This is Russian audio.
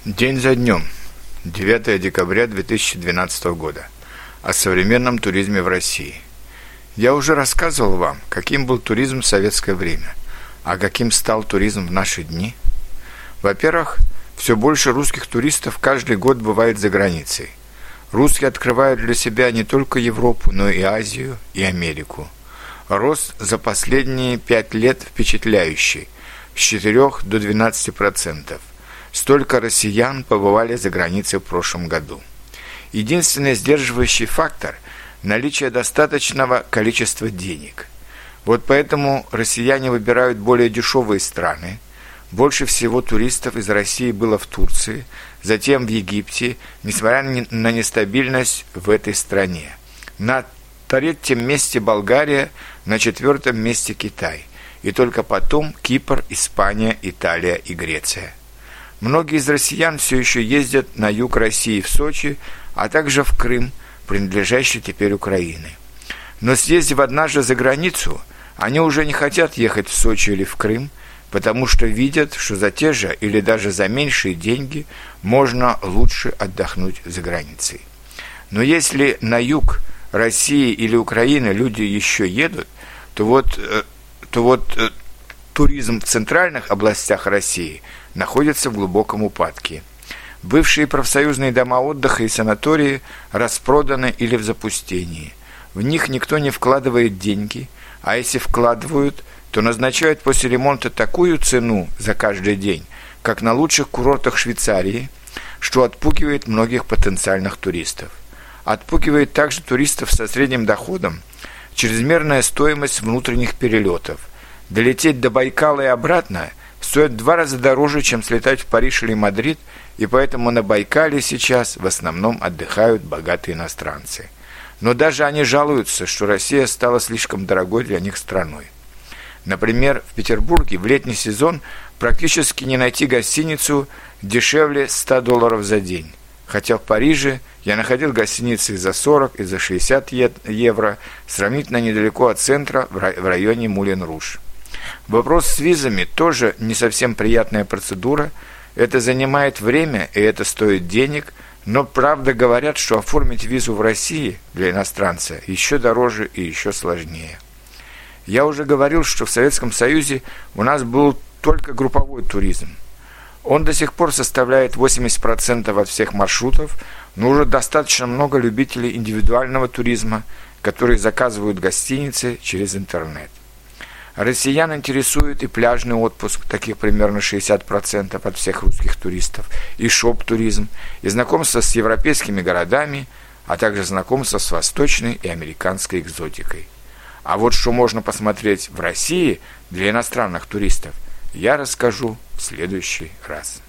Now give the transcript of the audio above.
День за днем. 9 декабря 2012 года. О современном туризме в России. Я уже рассказывал вам, каким был туризм в советское время, а каким стал туризм в наши дни. Во-первых, все больше русских туристов каждый год бывает за границей. Русские открывают для себя не только Европу, но и Азию, и Америку. Рост за последние 5 лет впечатляющий, с 4 до 12%. Столько россиян побывали за границей в прошлом году. Единственный сдерживающий фактор – наличие достаточного количества денег. Вот поэтому россияне выбирают более дешевые страны. Больше всего туристов из России было в Турции, затем в Египте, несмотря на нестабильность в этой стране. На третьем месте Болгария, на 4-м месте Китай. И только потом Кипр, Испания, Италия и Греция. Многие из россиян все еще ездят на юг России, в Сочи, а также в Крым, принадлежащий теперь Украине. Но съездив однажды за границу, они уже не хотят ехать в Сочи или в Крым, потому что видят, что за те же или даже за меньшие деньги можно лучше отдохнуть за границей. Но если на юг России или Украины люди еще едут, то вот туризм в центральных областях России находится в глубоком упадке. Бывшие профсоюзные дома отдыха и санатории распроданы или в запустении. В них никто не вкладывает деньги, а если вкладывают, то назначают после ремонта такую цену за каждый день, как на лучших курортах Швейцарии, что отпугивает многих потенциальных туристов. Отпугивает также туристов со средним доходом чрезмерная стоимость внутренних перелетов. Долететь до Байкала и обратно стоит в 2 раза дороже, чем слетать в Париж или Мадрид, и поэтому на Байкале сейчас в основном отдыхают богатые иностранцы. Но даже они жалуются, что Россия стала слишком дорогой для них страной. Например, в Петербурге в летний сезон практически не найти гостиницу дешевле $100 за день. Хотя в Париже я находил гостиницы и за 40, и за 60 евро, сравнительно недалеко от центра, в районе Мулен-Руж. Вопрос с визами тоже не совсем приятная процедура. Это занимает время, и это стоит денег, но правда говорят, что оформить визу в России для иностранца еще дороже и еще сложнее. Я уже говорил, что в Советском Союзе у нас был только групповой туризм. Он до сих пор составляет 80% от всех маршрутов, но уже достаточно много любителей индивидуального туризма, которые заказывают гостиницы через интернет. Россиян интересует и пляжный отпуск, таких примерно 60% от всех русских туристов, и шоп-туризм, и знакомство с европейскими городами, а также знакомство с восточной и американской экзотикой. А вот что можно посмотреть в России для иностранных туристов, я расскажу в следующий раз.